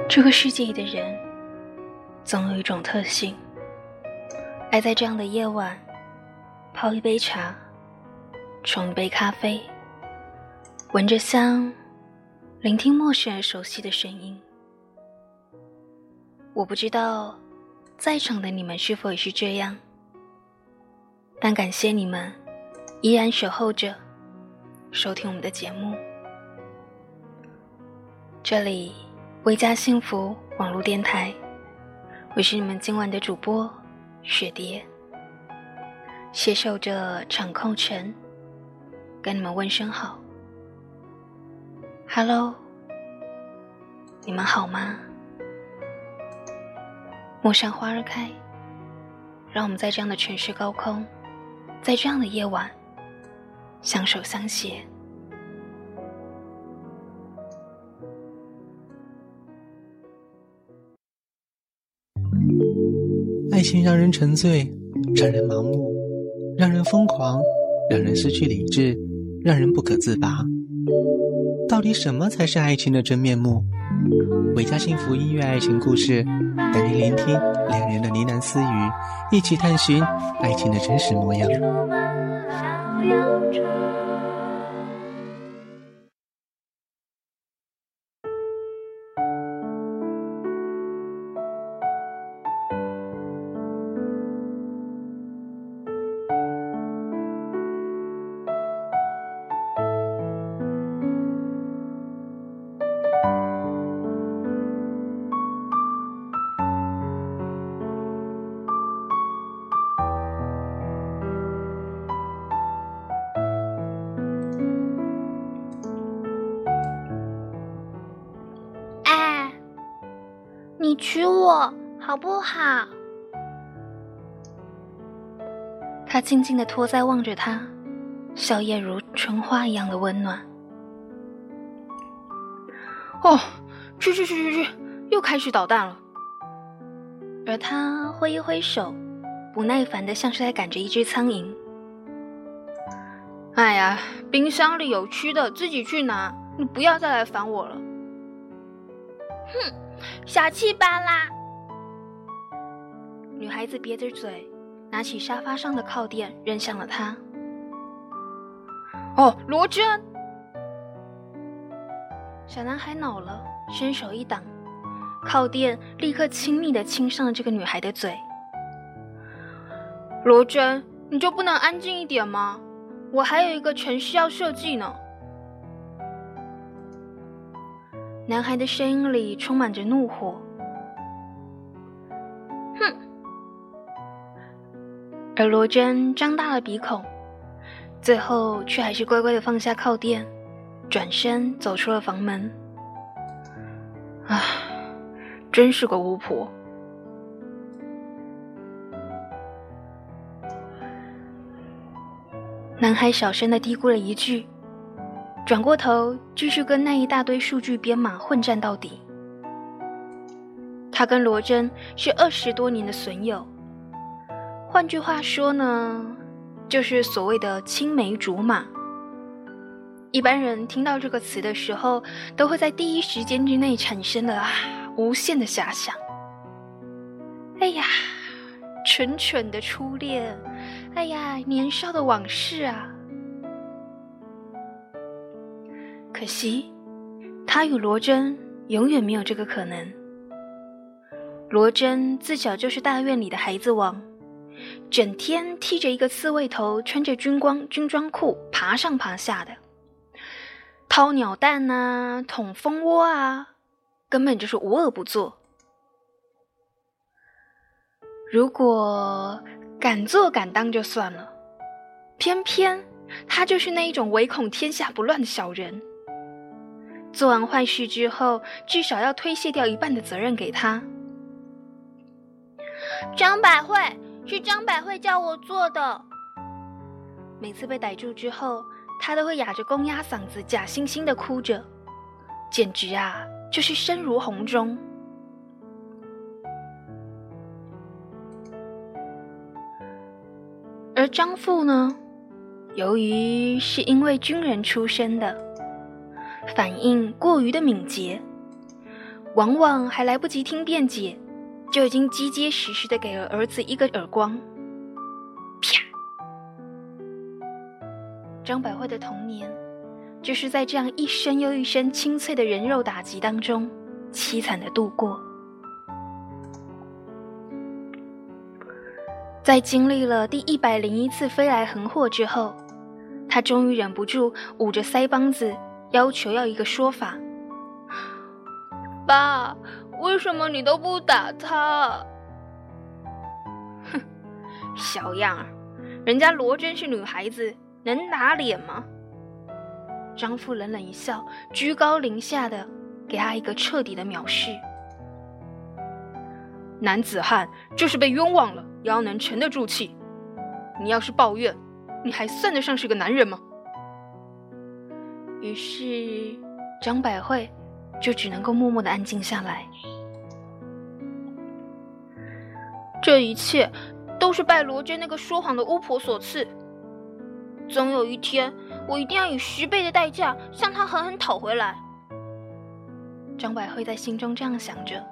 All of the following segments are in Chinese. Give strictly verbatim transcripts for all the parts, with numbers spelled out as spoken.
这个世界里的人总有一种特性，爱在这样的夜晚泡一杯茶，冲一杯咖啡，闻着香，聆听陌生而熟悉的声音。我不知道在场的你们是否也是这样，但感谢你们依然守候着收听我们的节目。这里微家幸福网络电台，我是你们今晚的主播雪蝶，携手着场控城，跟你们问声好。 Hello， 你们好吗？陌上花儿开，让我们在这样的城市高空，在这样的夜晚相守相携。 爱情让人沉醉，让人盲目，让人疯狂，让人失去理智，让人不可自拔。到底什么才是爱情的真面目？维家幸福音乐爱情故事，带您聆听两人的呢喃私语，一起探寻爱情的真实模样。 你娶我好不好？ 他静静地托腮望着他，笑靥如春花一样的温暖。 哦，去去去去去，又开始捣蛋了。 而他挥一挥手，不耐烦地像是在赶着一只苍蝇。 哎呀，冰箱里有吃的，自己去拿，你不要再来烦我了。 哼，小气巴拉！ 女孩子瘪着嘴，拿起沙发上的靠垫扔向了他。 哦，罗真！ 小男孩恼了，伸手一挡，靠垫立刻亲密地亲上了这个女孩的嘴。 罗真，你就不能安静一点吗？我还有一个城市要设计呢。 男孩的声音里充满着怒火。 哼！ 而罗真张大了鼻孔，最后却还是乖乖地放下靠垫，转身走出了房门。 唉，真是个巫婆。 男孩小声地嘀咕了一句，转过头继续跟那一大堆数据编码混战到底。他跟罗真是二十多年的损友，换句话说呢，就是所谓的青梅竹马。一般人听到这个词的时候，都会在第一时间之内产生了啊无限的遐想。哎呀，蠢蠢的初恋，哎呀，年少的往事啊！可惜，他与罗真永远没有这个可能。罗真自小就是大院里的孩子王，整天剃着一个刺猬头，穿着军光军装裤，爬上爬下的，掏鸟蛋啊，捅蜂窝啊，根本就是无恶不作。如果敢做敢当就算了，偏偏他就是那一种唯恐天下不乱的小人。做完坏事之后，至少要推卸掉一半的责任给他。 张百惠，是张百惠叫我做的。 每次被逮住之后，他都会哑着公鸭嗓子，假惺惺地哭着，简直啊，就是声如洪钟。而张父呢，由于是因为军人出身的，反应过于的敏捷， 往往还来不及听辩解，就已经结结实实地给了儿子一个耳光。啪！张百惠的童年就是在这样一声又一声清脆的人肉打击当中凄惨地度过。在经历了第一百零一次飞来横祸之后，他终于忍不住捂着腮帮子要求要一个说法。 爸，为什么你都不打他？ 哼，小样儿，人家罗真是女孩子，能打脸吗？张父冷冷一笑，居高临下的给他一个彻底的藐视。 男子汉就是被冤枉了也要能沉得住气，你要是抱怨，你还算得上是个男人吗？ 于是张百惠就只能够默默地安静下来。 这一切都是拜罗真那个说谎的巫婆所赐，总有一天我一定要以十倍的代价向她狠狠讨回来。 张百惠在心中这样想着，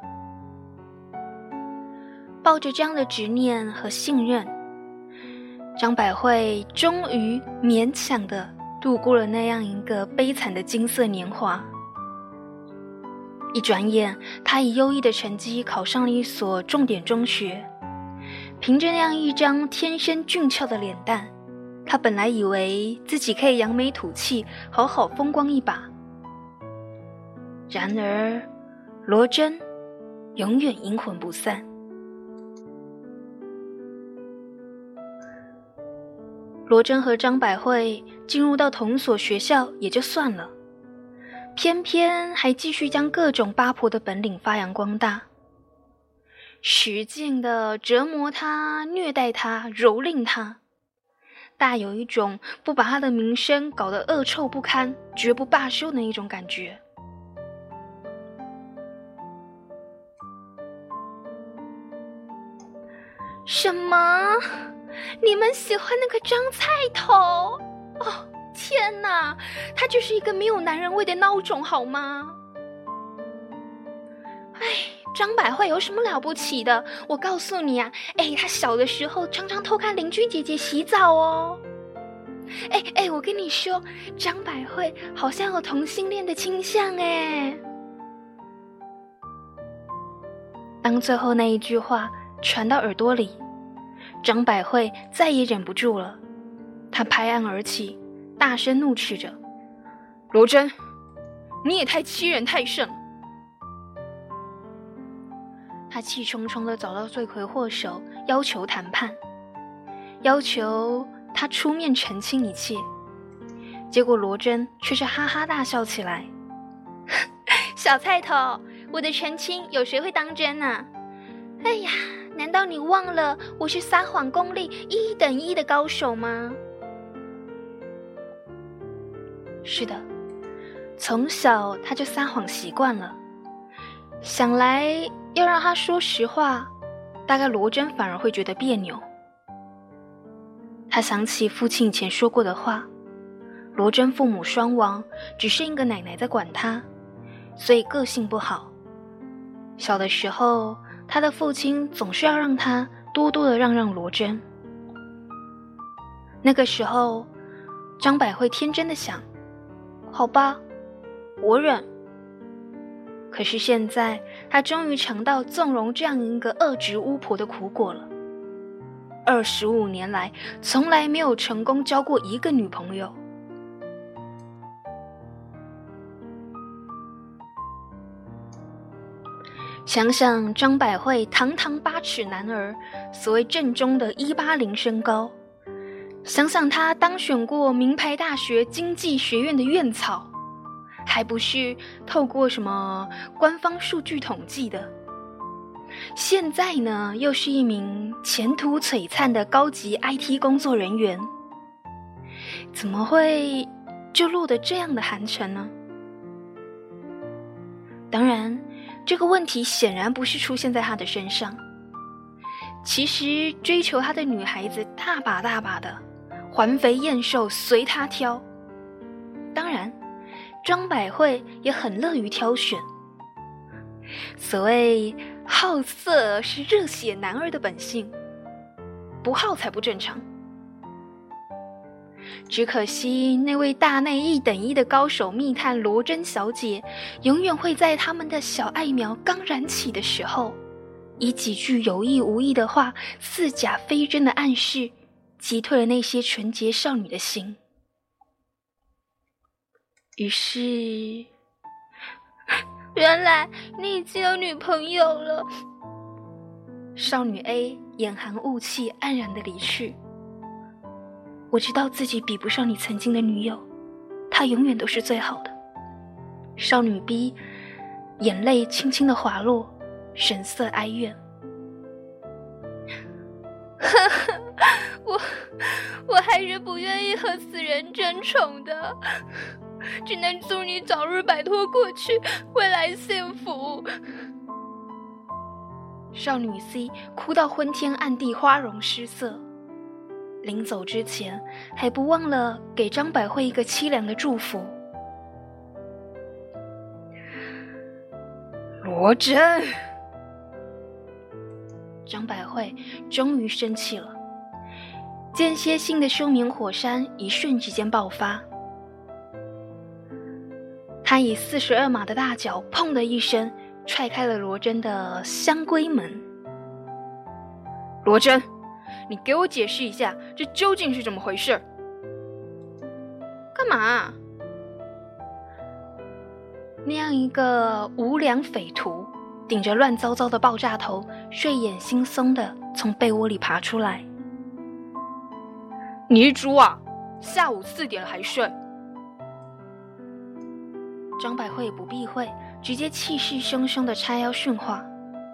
抱着这样的执念和信任，张百惠终于勉强地度过了那样一个悲惨的金色年华。一转眼，他以优异的成绩考上了一所重点中学。凭着那样一张天生俊俏的脸蛋，他本来以为自己可以扬眉吐气，好好风光一把。然而，罗真永远阴魂不散。罗真和张百惠进入到同所学校也就算了，偏偏还继续将各种八婆的本领发扬光大，使劲的折磨他、虐待他、蹂躏他，大有一种不把他的名声搞得恶臭不堪、绝不罢休的一种感觉。 什么？你们喜欢那个张菜头？哦，天哪，他就是一个没有男人味的孬种，好吗？哎，张百惠有什么了不起的？我告诉你啊，哎，他小的时候常常偷看邻居姐姐洗澡哦。哎哎，我跟你说，张百惠好像有同性恋的倾向哎。 当最后那一句话传到耳朵里，张百惠再也忍不住了，她拍案而起，大声怒斥着： 罗真，你也太欺人太甚了！ 她气冲冲地找到罪魁祸首，要求谈判，要求他出面澄清一切。结果罗真却是哈哈大笑起来： 小菜头，我的澄清有谁会当真啊？哎呀，难道你忘了我是撒谎功力一等一的高手吗？ 是的，从小他就撒谎习惯了，想来要让他说实话，大概罗真反而会觉得别扭。他想起父亲以前说过的话，罗真父母双亡，只剩一个奶奶在管他，所以个性不好。小的时候，他的父亲总是要让他多多的让让罗真。那个时候，张百惠天真的想，好吧，我忍。可是现在，他终于尝到纵容这样一个恶质巫婆的苦果了。二十五年来，从来没有成功交过一个女朋友。想想张百惠堂堂八尺男儿，所谓正宗的一八零身高，想想他当选过名牌大学经济学院的院草，还不是透过什么官方数据统计的，现在呢又是一名前途璀璨的高级 I T 工作人员，怎么会就落得这样的寒碜呢？当然，这个问题显然不是出现在他的身上。其实追求他的女孩子大把大把的，环肥燕瘦随他挑。当然，张百惠也很乐于挑选。 所谓好色是热血男儿的本性，不好才不正常。只可惜那位大内一等一的高手密探罗真小姐，永远会在他们的小爱苗刚燃起的时候，以几句有意无意的话，似假非真的暗示，击退了那些纯洁少女的心。于是， 原来你已经有女朋友了。 少女 A 眼含雾气，黯然地离去。我知道自己比不上你曾经的女友，她永远都是最好的。少女 B 眼泪轻轻地滑落，神色哀怨。 我我还是不愿意和死人争宠的，只能祝你早日摆脱过去，未来幸福。 少女 C 哭到昏天暗地，花容失色。临走之前，还不忘了给张百惠一个凄凉的祝福。罗真，张百惠终于生气了，间歇性的休眠火山一瞬之间爆发。他以四十二码的大脚，砰的一声踹开了罗真的香闺门。罗真，你给我解释一下，这究竟是怎么回事？ 干嘛？ 那样一个无良匪徒，顶着乱糟糟的爆炸头，睡眼惺忪的从被窝里爬出来。你是猪啊？下午四点了还睡？张百惠也不避讳，直接气势汹汹的叉腰训话。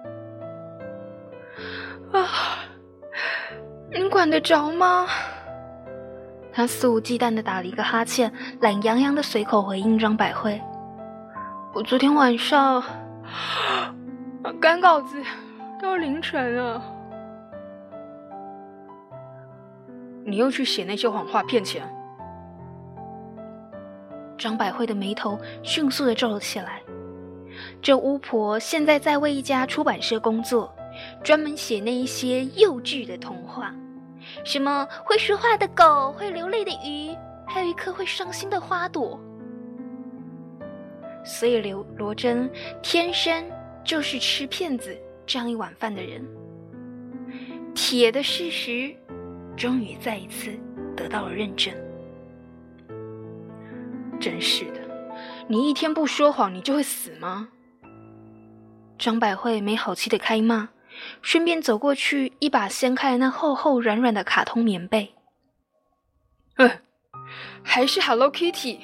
啊，你管得着吗？他肆无忌惮地打了一个哈欠，懒洋洋地随口回应张百惠：我昨天晚上赶稿子到凌晨了。你又去写那些谎话骗钱？张百惠的眉头迅速地皱了起来。这巫婆现在在为一家出版社工作，专门写那一些幼稚的童话，什么会说话的狗，会流泪的鱼，还有一颗会伤心的花朵。所以刘罗真天生就是吃骗子这样一碗饭的人。铁的事实终于再一次得到了认证。真是的，你一天不说谎，你就会死吗？张百惠没好气的开骂，顺便走过去，一把掀开了那厚厚软软的卡通棉被。呃，还是 Hello Kitty，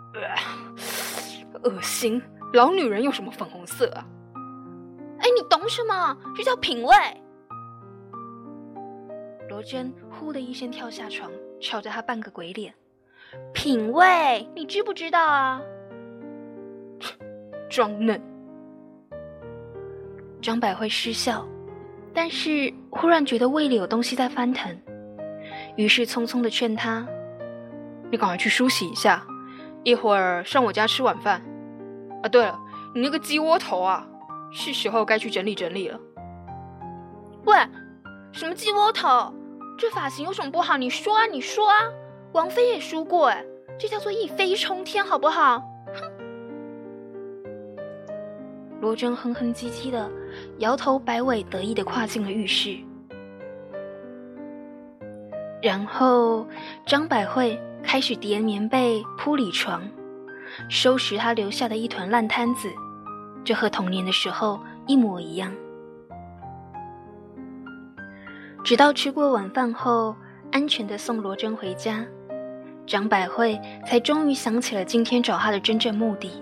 呃，恶心！老女人有什么粉红色啊？ 哎，你懂什么？这叫品味。 罗真呼的一声跳下床，朝着他扮个鬼脸。品味，你知不知道啊？装嫩。张百惠失笑，但是忽然觉得胃里有东西在翻腾，于是匆匆地劝他：你赶快去梳洗一下，一会儿上我家吃晚饭。啊，对了，你那个鸡窝头啊，是时候该去整理整理了。 喂，什么鸡窝头？这发型有什么不好？你说啊，你说啊！王菲也说过，哎，这叫做一飞冲天，好不好？哼！ 罗真哼哼唧唧的，摇头摆尾，得意的跨进了浴室。然后张百惠开始叠棉被、铺里床，收拾他留下的一团烂摊子，这和童年的时候一模一样。直到吃过晚饭后，安全地送罗真回家，张百惠才终于想起了今天找他的真正目的。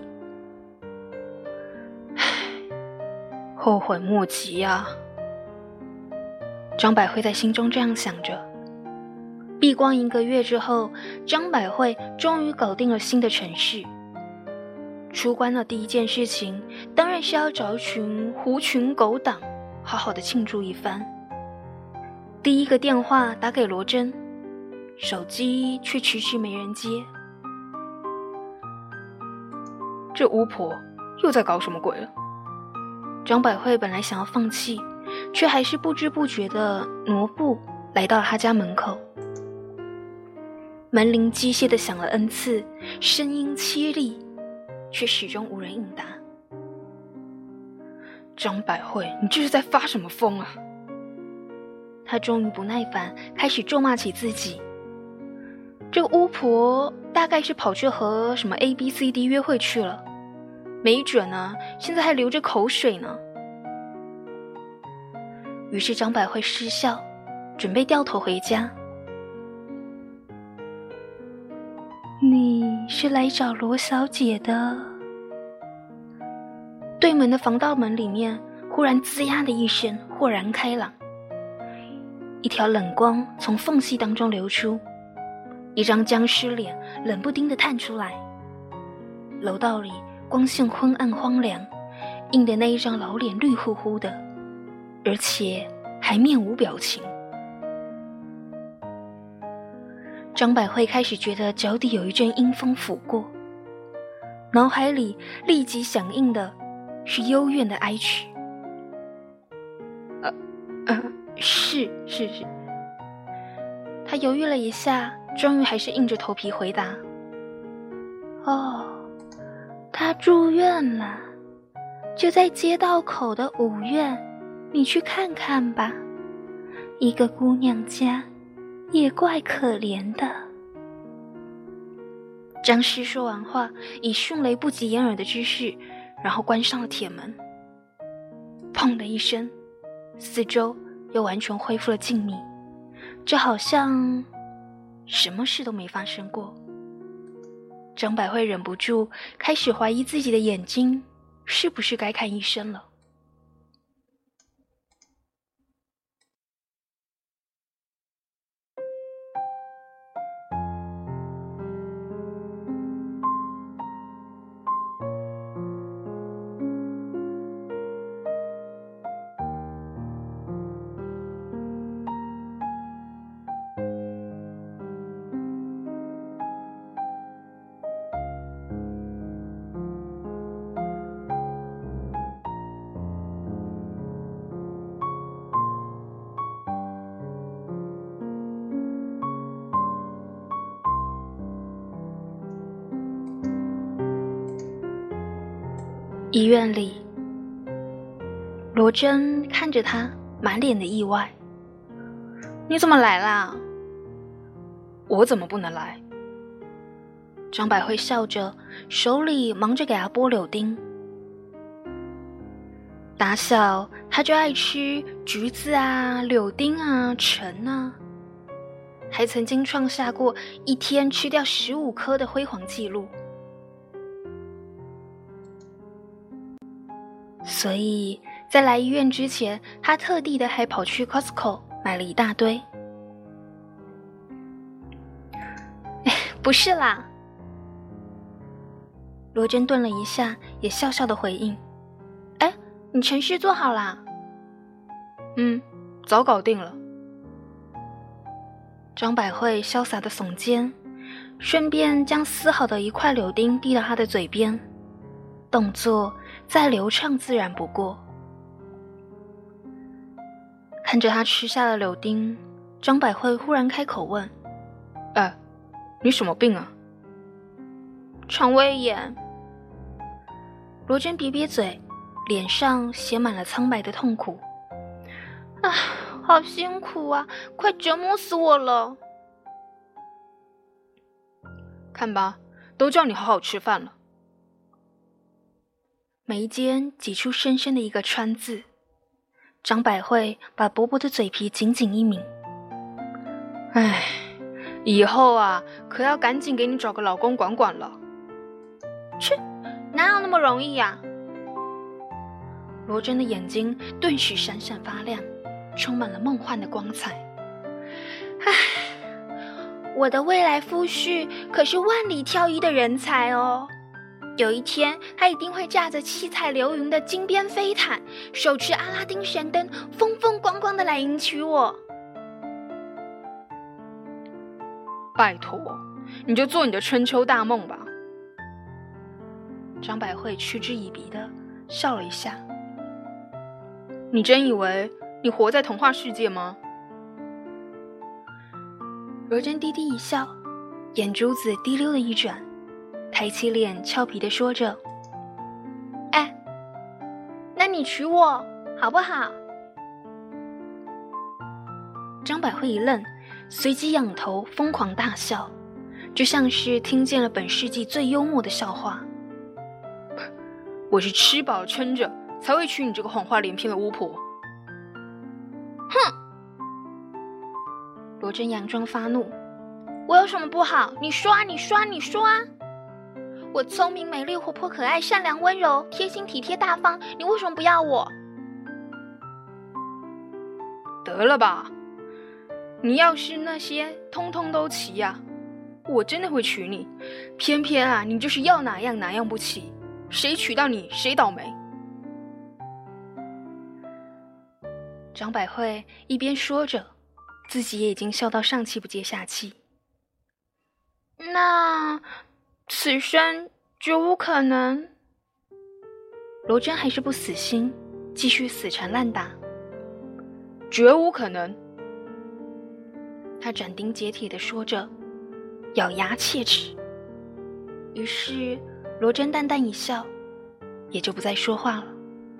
唉，后悔莫及啊！张百惠在心中这样想着。闭关一个月之后，张百惠终于搞定了新的城市。出关的第一件事情，当然是要找一群狐群狗党，好好的庆祝一番。第一个电话打给罗真，手机却迟迟没人接。这巫婆又在搞什么鬼了？ 张百惠本来想要放弃，却还是不知不觉地挪步来到了他家门口。门铃机械地响了 N 次，声音凄厉，却始终无人应答。 张百惠，你这是在发什么疯啊？ 他终于不耐烦，开始咒骂起自己。这个巫婆大概是跑去和什么 A B C D 约会去了，没准呢，现在还流着口水呢。于是张百惠失笑，准备掉头回家。你是来找罗小姐的？对门的防盗门里面忽然吱呀的一声，豁然开朗，一条冷光从缝隙当中流出，一张僵尸脸冷不丁地探出来。楼道里光线昏暗荒凉，映的那一张老脸绿乎乎的，而且还面无表情。张百惠开始觉得脚底有一阵阴风拂过，脑海里立即响应的是幽怨的哀曲。呃呃，是是是。他犹豫了一下，终于还是硬着头皮回答：哦，他住院了，就在街道口的五院，你去看看吧。一个姑娘家也怪可怜的。僵尸说完话，以迅雷不及掩耳的姿势，然后关上了铁门。砰的一声，四周又完全恢复了静谧，这好像什么事都没发生过。张百惠忍不住开始怀疑自己的眼睛是不是该看医生了。医院里，罗真看着他，满脸的意外。 你怎么来啦？我怎么不能来？ 张百惠笑着，手里忙着给他剥柳丁。打小他就爱吃橘子啊、柳丁啊、橙啊，还曾经创下过一天吃掉十五颗的辉煌纪录。所以在来医院之前，他特地的还跑去 Costco 买了一大堆。不是啦，罗真顿了一下，也笑笑的回应：哎，你程序做好啦？ 嗯，早搞定了。 张百惠潇洒的耸肩，顺便将撕好的一块柳丁递到他的嘴边，动作再流畅自然不过。看着他吃下了柳丁，张百惠忽然开口问： 哎，你什么病啊？ 肠胃炎。 罗真瘪瘪嘴，脸上写满了苍白的痛苦。 啊，好辛苦啊，快折磨死我了。 看吧，都叫你好好吃饭了。 眉间挤出深深的一个川字，张百惠把薄薄的嘴皮紧紧一抿。 唉，以后啊，可要赶紧给你找个老公管管了。 切，哪有那么容易呀？ 罗真的眼睛顿时闪闪发亮，充满了梦幻的光彩。 唉，我的未来夫婿可是万里挑一的人才哦。有一天，他一定会驾着七彩流云的金边飞毯，手持阿拉丁神灯，风风光光的来迎娶我。 拜托，你就做你的春秋大梦吧。 张百惠嗤之以鼻的笑了一下。 你真以为你活在童话世界吗？ 罗真低低一笑，眼珠子滴溜的一转，抬起脸俏皮地说着： 哎，那你娶我好不好？ 张百惠一愣，随即仰头疯狂大笑，就像是听见了本世纪最幽默的笑话。 我是吃饱撑着才会娶你这个谎话连篇的巫婆。 哼！ 罗真佯装发怒， 我有什么不好？你说啊，你说啊，你说啊！我聪明、美丽、活泼、可爱、善良、温柔、贴心、体贴、大方，你为什么不要我？ 得了吧，你要是那些通通都齐呀、啊，我真的会娶你。偏偏啊，你就是要哪样哪样不齐，谁娶到你谁倒霉。 张百惠一边说着，自己也已经笑到上气不接下气。 那此生绝无可能。 罗真还是不死心，继续死缠烂打。 绝无可能。 他斩钉截铁地说着，咬牙切齿。于是罗真淡淡一笑，也就不再说话了。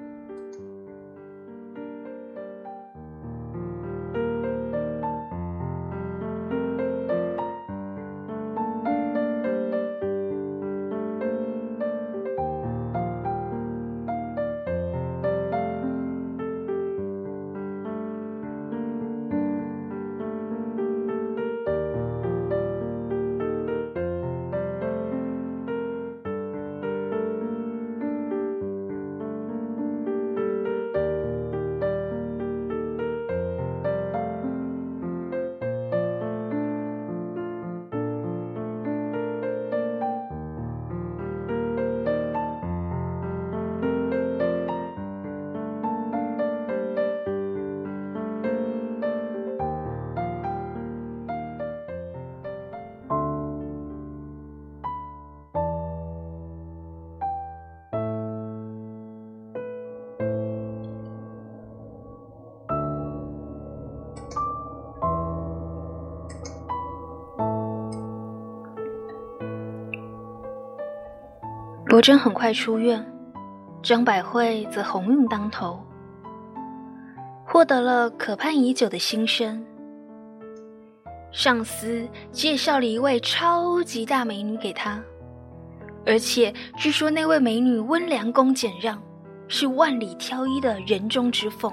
罗真很快出院，张百惠则鸿运当头，获得了可盼已久的新生。上司介绍了一位超级大美女给他，而且据说那位美女温良恭俭让，是万里挑一的人中之凤。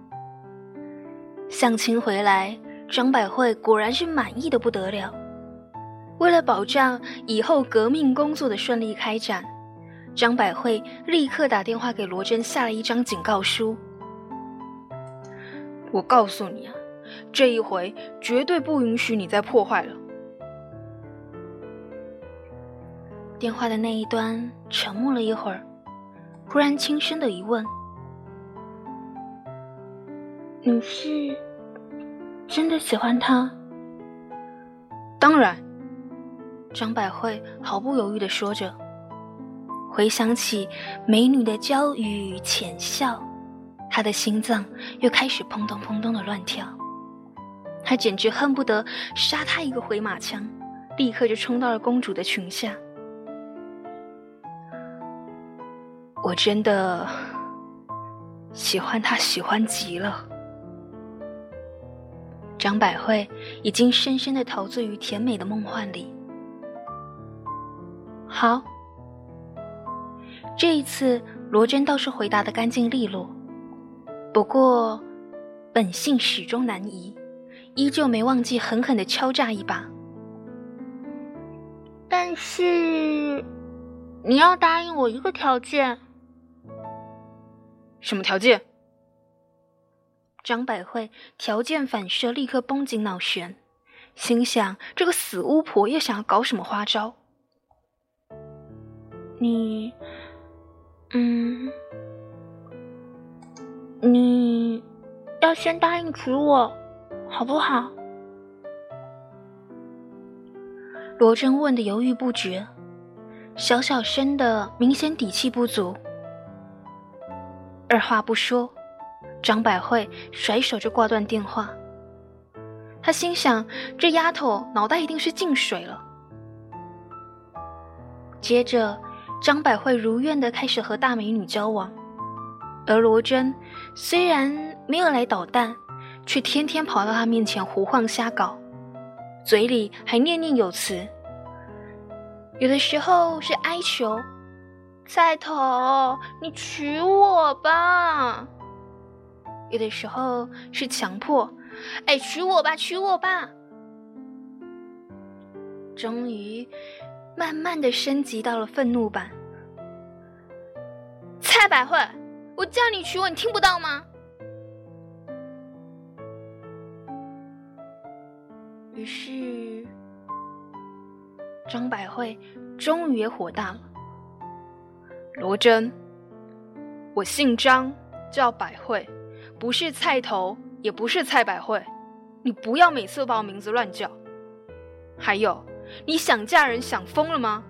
相亲回来，张百惠果然是满意的不得了。为了保障以后革命工作的顺利开展，张百惠立刻打电话给罗真，下了一张警告书。 我告诉你啊，这一回绝对不允许你再破坏了。 电话的那一端沉默了一会儿，忽然轻声的一问：你是真的喜欢他？ 当然。 张百惠毫不犹豫地说着，回想起美女的娇语浅笑，她的心脏又开始砰咚砰咚的乱跳，他简直恨不得杀她一个回马枪，立刻就冲到了公主的裙下。我真的喜欢他，喜欢极了。张百惠已经深深地陶醉于甜美的梦幻里。好，这一次罗真倒是回答得干净利落，不过本性始终难移，依旧没忘记狠狠地敲诈一把。 但是你要答应我一个条件。 什么条件？ 张百惠条件反射，立刻绷紧脑弦，心想这个死巫婆又想要搞什么花招。你嗯你要先答应娶我好不好？罗真问得犹豫不决，小小声的明显底气不足。二话不说， 张百惠甩手就挂断电话。他心想，这丫头脑袋一定是进水了。接着，张百惠如愿地开始和大美女交往，而罗真虽然没有来捣蛋，却天天跑到她面前胡晃瞎搞，嘴里还念念有词，有的时候是哀求，菜头，你娶我吧。有的时候是强迫，哎，娶我吧，娶我吧。终于，慢慢的升级到了愤怒版。蔡百惠，我叫你娶我，你听不到吗？于是，张百惠终于也火大了。 罗真，我姓张，叫百惠，不是菜头，也不是蔡百惠，你不要每次都把我名字乱叫。还有，你想嫁人想疯了吗？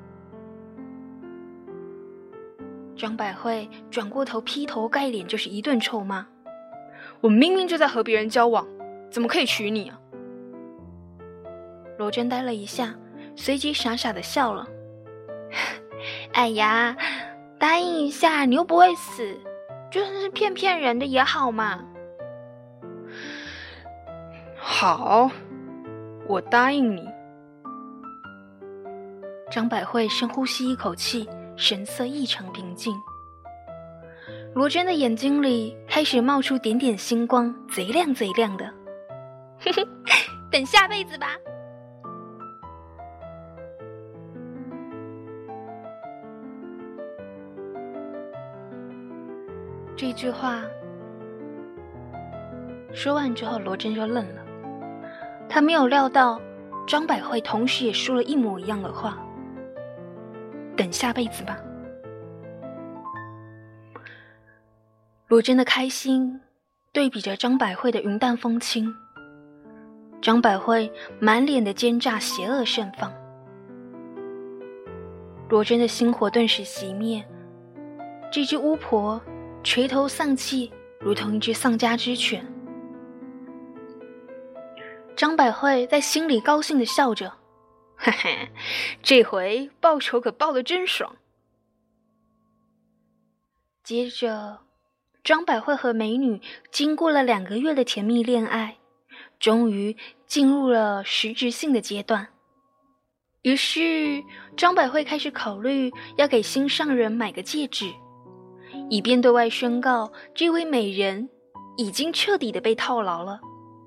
张百惠转过头，劈头盖脸就是一顿臭骂。 我明明就在和别人交往，怎么可以娶你啊？ 罗真呆了一下，随即傻傻的笑了。哎呀，答应一下，你又不会死，就算是骗骗人的也好嘛。 好，我答应你。 张百惠深呼吸一口气，神色异常平静。罗真的眼睛里开始冒出点点星光，贼亮贼亮的。嘿嘿，等下辈子吧。这句话说完之后，罗真就愣了。他没有料到张百惠同时也说了一模一样的话。等下辈子吧。罗真的开心对比着张百惠的云淡风轻。张百惠满脸的奸诈邪恶盛放。罗真的心火顿时熄灭。这只巫婆垂头丧气，如同一只丧家之犬。张百惠在心里高兴地笑着，嘿嘿，这回报仇可报得真爽。接着，张百惠和美女经过了两个月的甜蜜恋爱，终于进入了实质性的阶段。于是，张百惠开始考虑要给心上人买个戒指，以便对外宣告这位美人已经彻底的被套牢了。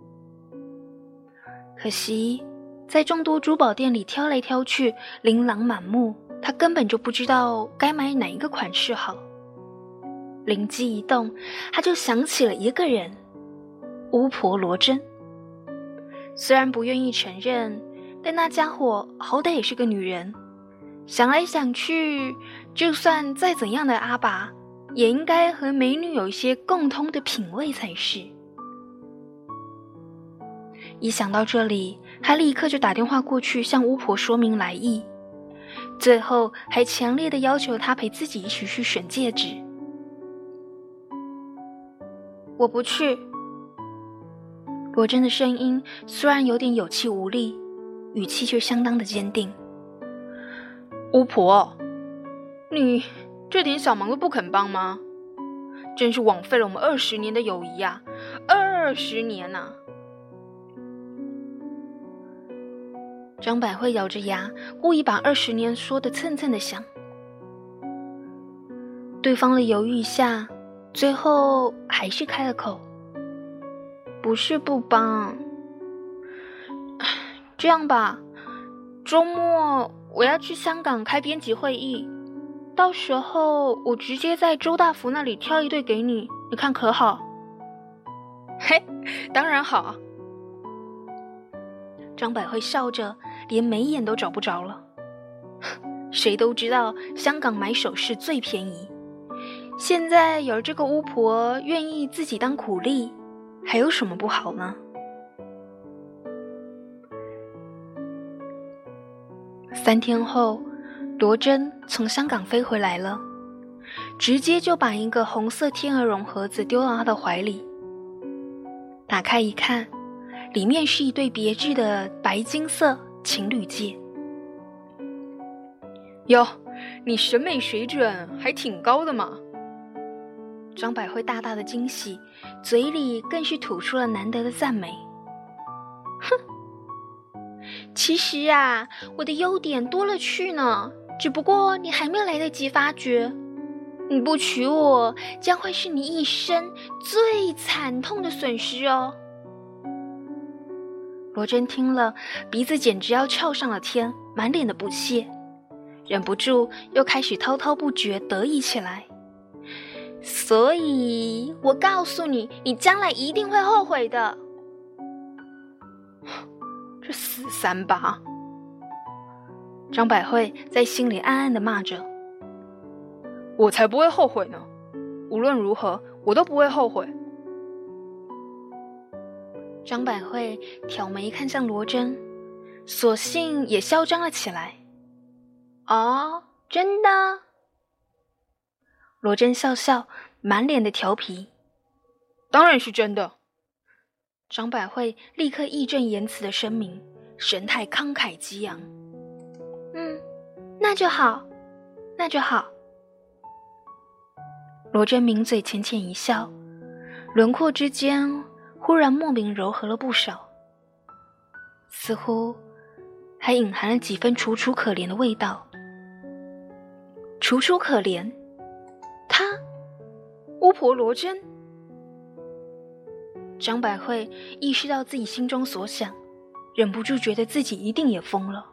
可惜，在众多珠宝店里挑来挑去，琳琅满目，她根本就不知道该买哪一个款式好。灵机一动，她就想起了一个人，巫婆罗真。虽然不愿意承认，但那家伙好歹也是个女人，想来想去，就算再怎样的阿拔，也应该和美女有一些共通的品味才是。一想到这里，他立刻就打电话过去向巫婆说明来意，最后还强烈的要求她陪自己一起去选戒指。我不去。罗真的声音虽然有点有气无力，语气却相当的坚定。 巫婆，你这点小忙都不肯帮吗？真是枉费了我们二十年的友谊啊！二十年啊！ 张百惠咬着牙，故意把二十年说得蹭蹭的响。对方的犹豫下，最后还是开了口：“不是不帮，这样吧，周末我要去香港开编辑会议，到时候我直接在周大福那里挑一对给你，你看可好？”“ 嘿，当然好。” 张百惠笑着，连眉眼都找不着了。谁都知道香港买首饰最便宜，现在有这个巫婆愿意自己当苦力，还有什么不好呢？三天后，罗真从香港飞回来了，直接就把一个红色天鹅绒盒子丢到她的怀里。 打开一看，里面是一对别致的白金色情侣戒。 哟，你审美水准还挺高的嘛。 张百惠大大的惊喜，嘴里更是吐出了难得的赞美。哼，其实啊，我的优点多了去呢，只不过你还没来得及发觉。你不娶我，将会是你一生最惨痛的损失哦。罗真听了，鼻子简直要翘上了天，满脸的不屑，忍不住又开始滔滔不绝得意起来。所以我告诉你，你将来一定会后悔的。 这死三八！ 张百惠在心里暗暗地骂着。 我才不会后悔呢，无论如何我都不会后悔。 张百惠挑眉看向罗真，索性也嚣张了起来。哦，真的？罗真笑笑，满脸的调皮。 当然是真的。 张百惠立刻义正言辞的声明，神态慷慨激昂。嗯，那就好，那就好。罗真抿嘴浅浅一笑，轮廓之间忽然莫名柔和了不少，似乎还隐含了几分楚楚可怜的味道。楚楚可怜？她？ 巫婆罗真？ 张百惠意识到自己心中所想，忍不住觉得自己一定也疯了。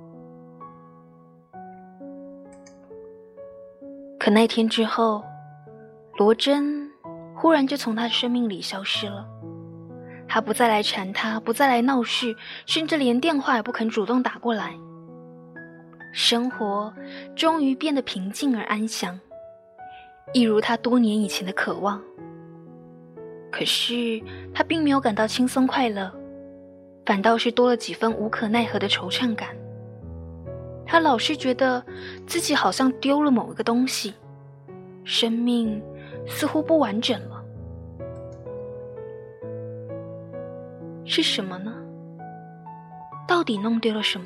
可那天之后，罗真忽然就从他的生命里消失了。他不再来缠他，不再来闹事，甚至连电话也不肯主动打过来。生活终于变得平静而安详，一如他多年以前的渴望。可是他并没有感到轻松快乐，反倒是多了几分无可奈何的惆怅感。他老是觉得自己好像丢了某一个东西，生命似乎不完整了。是什么呢？到底弄丢了什么？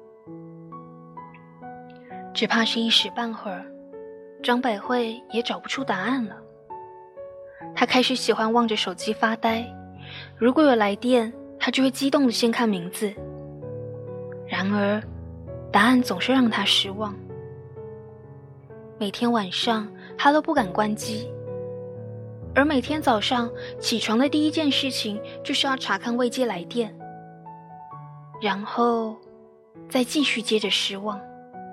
只怕是一时半会儿，张百惠也找不出答案了。他开始喜欢望着手机发呆，如果有来电，他就会激动地先看名字。然而答案总是让他失望。每天晚上他都不敢关机，而每天早上起床的第一件事情就是要查看未接来电，然后再继续接着失望。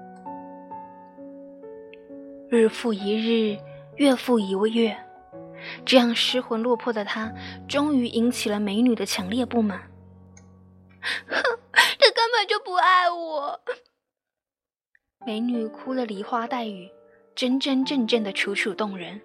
日复一日，月复一月，这样失魂落魄的他终于引起了美女的强烈不满。 哼，他根本就不爱我。 美女哭得梨花带雨，真真正正的楚楚动人。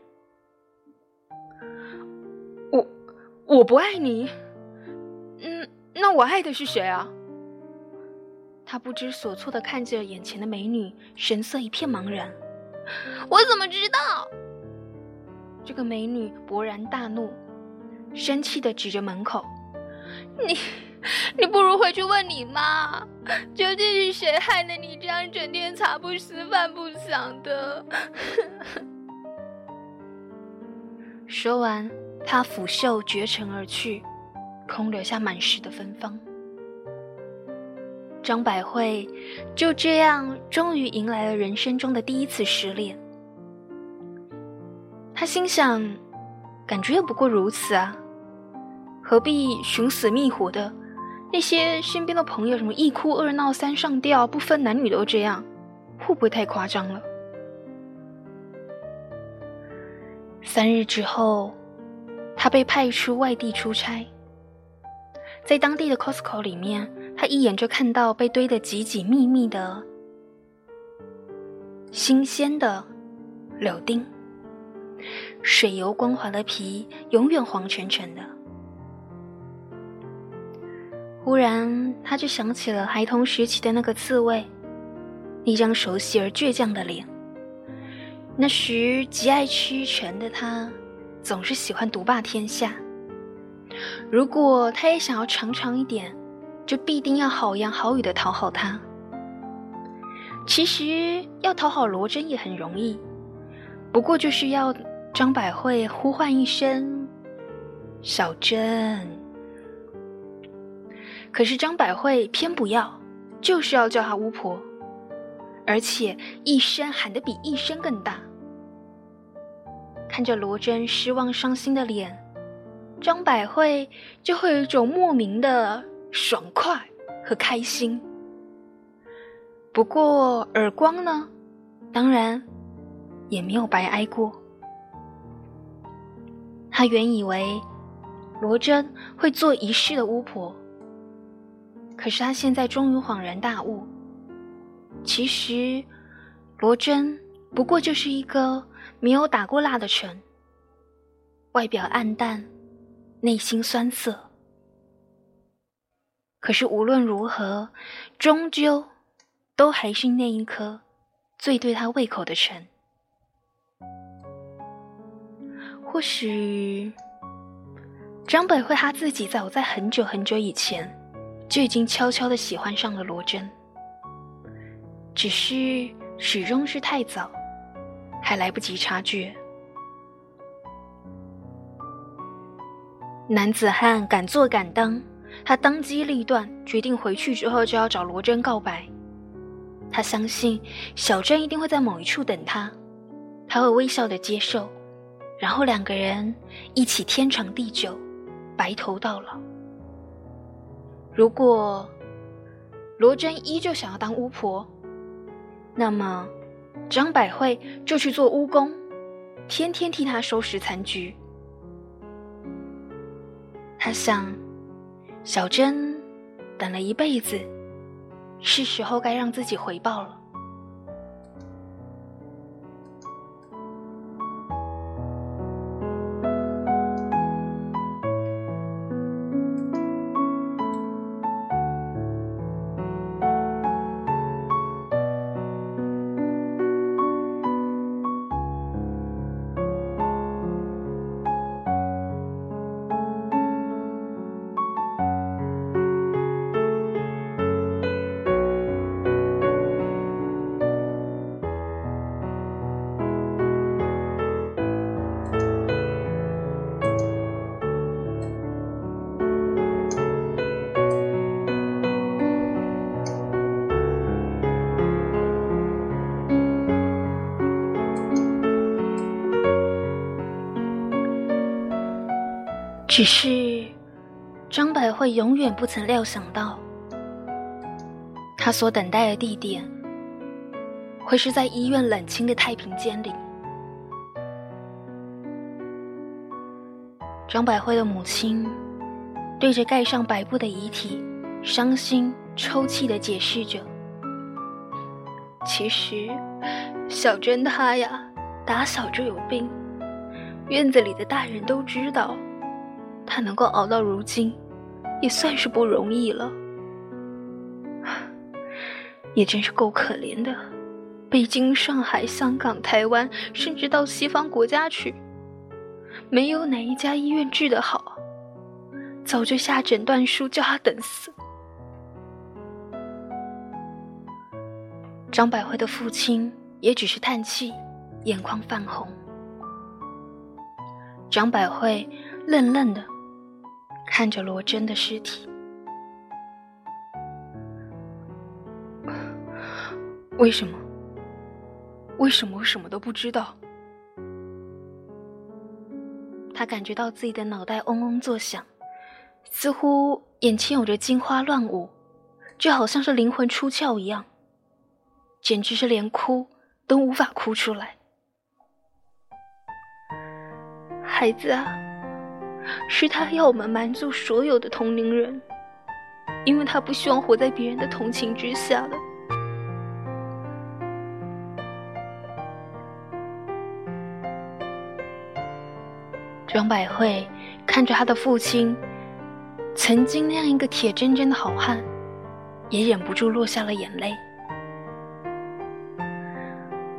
我我不爱你？嗯，那我爱的是谁啊？ 他不知所措地看着眼前的美女，神色一片茫然。 我怎么知道？ 这个美女勃然大怒，生气地指着门口。 你你不如回去问你妈，究竟是谁害得你这样整天茶不思饭不想的？ 说完，他拂袖绝尘而去，空留下满室的芬芳。张百惠就这样终于迎来了人生中的第一次失恋。他心想，感觉也不过如此啊，何必寻死觅活的？那些身边的朋友什么一哭二闹三上吊，不分男女都这样，会不会太夸张了？三日之后，他被派出外地出差，在当地的 Costco 里面，他一眼就看到被堆得紧紧密密的新鲜的柳丁，水油光滑的皮永远黄沉沉的。忽然他就想起了孩童时期的那个刺猬，那张熟悉而倔强的脸。那时极爱吃橙的他总是喜欢独霸天下， 如果他也想要长长一点，就必定要好言好语地讨好他。其实要讨好罗真也很容易，不过就是要张百惠呼唤一声小珍。可是张百惠偏不要，就是要叫她巫婆，而且一声喊得比一声更大。看着罗真失望伤心的脸，张百惠就会有一种莫名的爽快和开心。不过耳光呢，当然也没有白挨过。他原以为罗真会做一世的巫婆，可是他现在终于恍然大悟，其实罗真不过就是一个没有打过蜡的尘，外表暗淡，内心酸涩。可是无论如何，终究都还是那一颗最对他胃口的尘。或许张百惠他自己早在很久很久以前就已经悄悄地喜欢上了罗真，只是始终是太早，还来不及察觉。男子汉敢做敢当，他当机立断，决定回去之后就要找罗真告白。他相信小珍一定会在某一处等他，他会微笑地接受，然后两个人一起天长地久，白头到老。如果罗真依旧想要当巫婆，那么张百惠就去做巫工，天天替他收拾残局。他想，小珍等了一辈子，是时候该让自己回报了。只是张百惠永远不曾料想到，她所等待的地点会是在医院冷清的太平间里。张百惠的母亲对着盖上白布的遗体伤心抽泣地解释着，其实小珍她呀打小就有病，院子里的大人都知道，她能够熬到如今也算是不容易了，也真是够可怜的。北京、上海、香港、台湾，甚至到西方国家去，没有哪一家医院治得好，早就下诊断书叫她等死。张百惠的父亲也只是叹气，眼眶泛红。张百惠愣愣地看着罗真的尸体。为什么？为什么我什么都不知道？他感觉到自己的脑袋嗡嗡作响，似乎眼前有着金花乱舞，就好像是灵魂出窍一样，简直是连哭都无法哭出来。孩子啊，是他要我们瞒住所有的同龄人，因为他不希望活在别人的同情之下了。张百惠看着他的父亲，曾经那样一个铁铮铮的好汉，也忍不住落下了眼泪。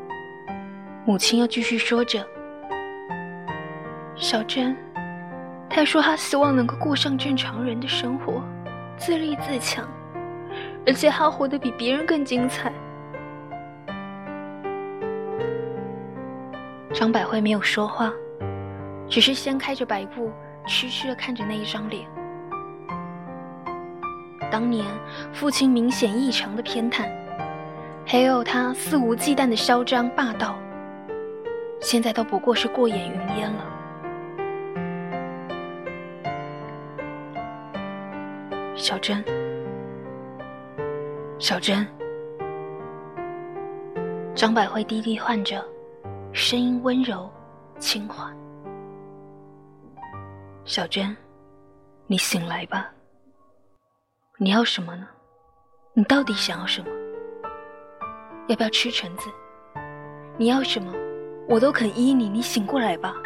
母亲又继续说着，小珍他说他希望能够过上正常人的生活，自立自强，而且他活得比别人更精彩。 张百惠没有说话，只是掀开着白布，痴痴地看着那一张脸。当年父亲明显异常的偏袒，还有他肆无忌惮的嚣张霸道，现在都不过是过眼云烟了。小珍，小珍，张百惠低低唤着，声音温柔轻缓。小珍，你醒来吧。你要什么呢？你到底想要什么？要不要吃橙子？你要什么我都肯依你，你醒过来吧。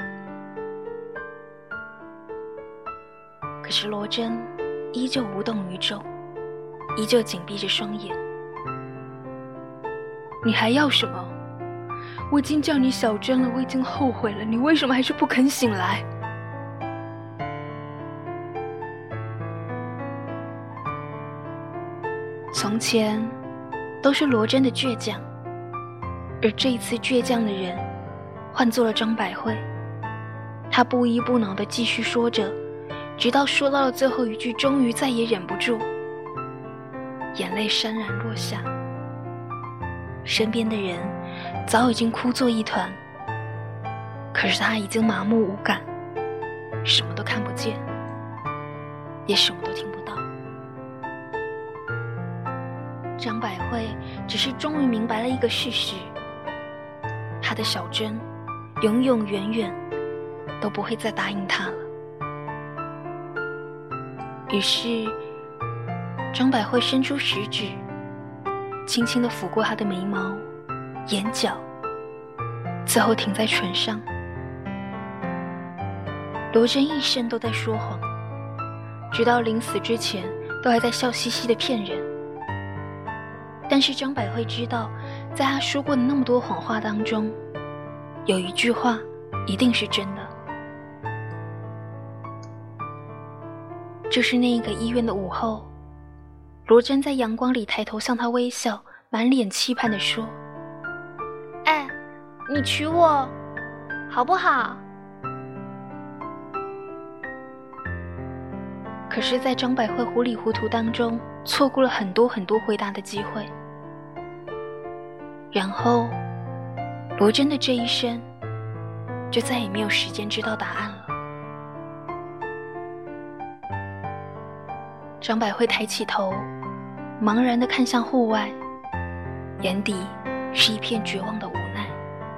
可是罗真依旧无动于衷，依旧紧闭着双眼。 你还要什么？我已经叫你小珍了，我已经后悔了，你为什么还是不肯醒来？ 从前都是罗真的倔强，而这一次倔强的人换作了张百惠。他不依不挠地继续说着，直到说到了最后一句，终于再也忍不住，眼泪潸然落下。身边的人早已经哭作一团，可是他已经麻木无感，什么都看不见，也什么都听不到。张百惠只是终于明白了一个事实，他的小珍永永远远都不会再答应他了。于是张百惠伸出食指，轻轻地抚过他的眉毛、眼角，最后停在唇上。罗真一生都在说谎，直到临死之前都还在笑嘻嘻地骗人。但是张百惠知道，在他说过的那么多谎话当中，有一句话一定是真的。就是那一个医院的午后，罗真在阳光里抬头向他微笑，满脸期盼地说： 哎，你娶我好不好？ 可是在张百惠糊里糊涂当中，错过了很多很多回答的机会。然后罗真的这一生就再也没有时间知道答案了。张百惠抬起头，茫然地看向户外，眼底是一片绝望的无奈。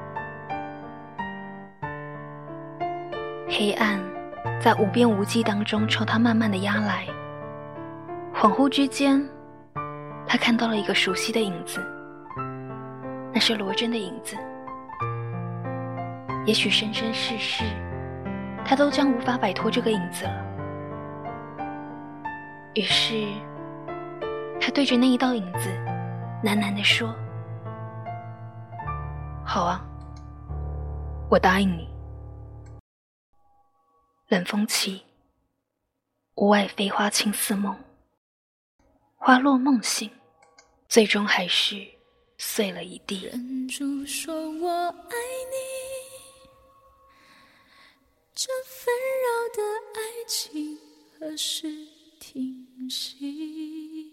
黑暗在无边无际当中朝他慢慢地压来，恍惚之间，他看到了一个熟悉的影子，那是罗真的影子。也许生生世世，他都将无法摆脱这个影子了。于是他对着那一道影子喃喃地说：好啊，我答应你。冷风起，屋外飞花轻似梦，花落梦醒，最终还是碎了一地。 忍住说我爱你，这纷扰的爱情何时停息？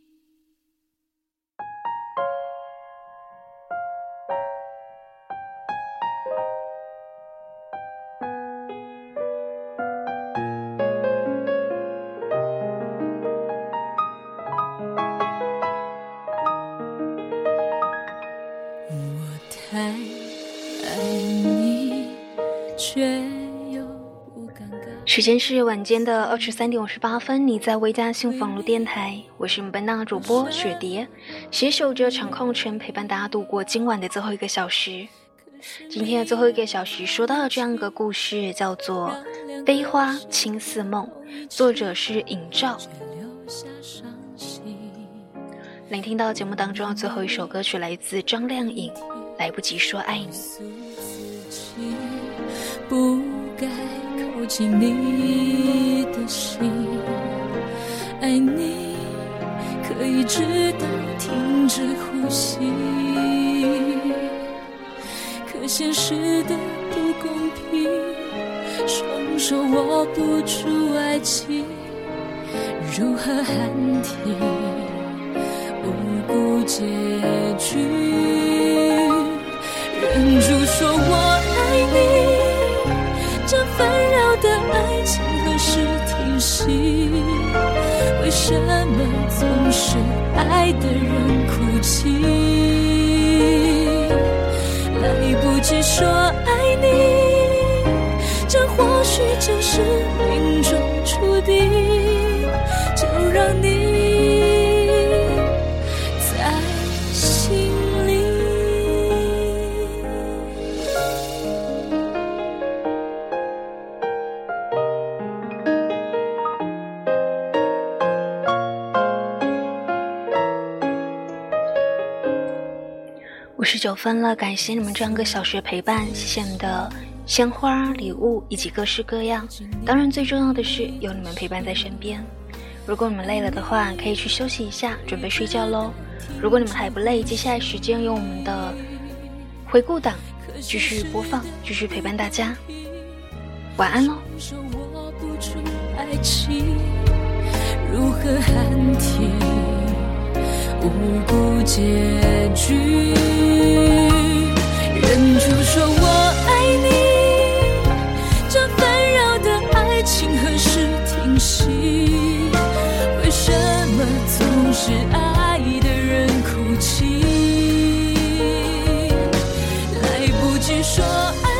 我太爱你，却又不敢告。 时间是晚间的二十三点五十八分，你在维嘉幸福网络电台，我是你们本档的主播雪蝶，携手着场控城陪伴大家度过今晚的最后一个小时。今天的最后一个小时说到的这样一个故事叫做《飞花轻似梦》，作者是尹照。聆听到节目当中的最后一首歌曲来自张靓颖，来不及说爱你。 不该口走进你的心，爱你可以直到停止呼吸，可现实的不公平，双手握不住爱情，如何喊停无辜结局，忍住说我爱你，这纷扰的爱情何时停息？为什么总是爱的人哭泣？来不及说爱你，这或许就是命中注定，就让你在心里。 五十九分了，感谢你们这样个小时陪伴，谢谢你们的鲜花、礼物以及各式各样。当然最重要的是有你们陪伴在身边。如果你们累了的话，可以去休息一下，准备睡觉咯。如果你们还不累，接下来时间用我们的回顾档继续播放，继续陪伴大家。晚安咯。 握不住爱情，如何喊停无辜结局，忍住说我爱你，这纷扰的爱情何时停息？为什么总是爱的人哭泣？来不及说爱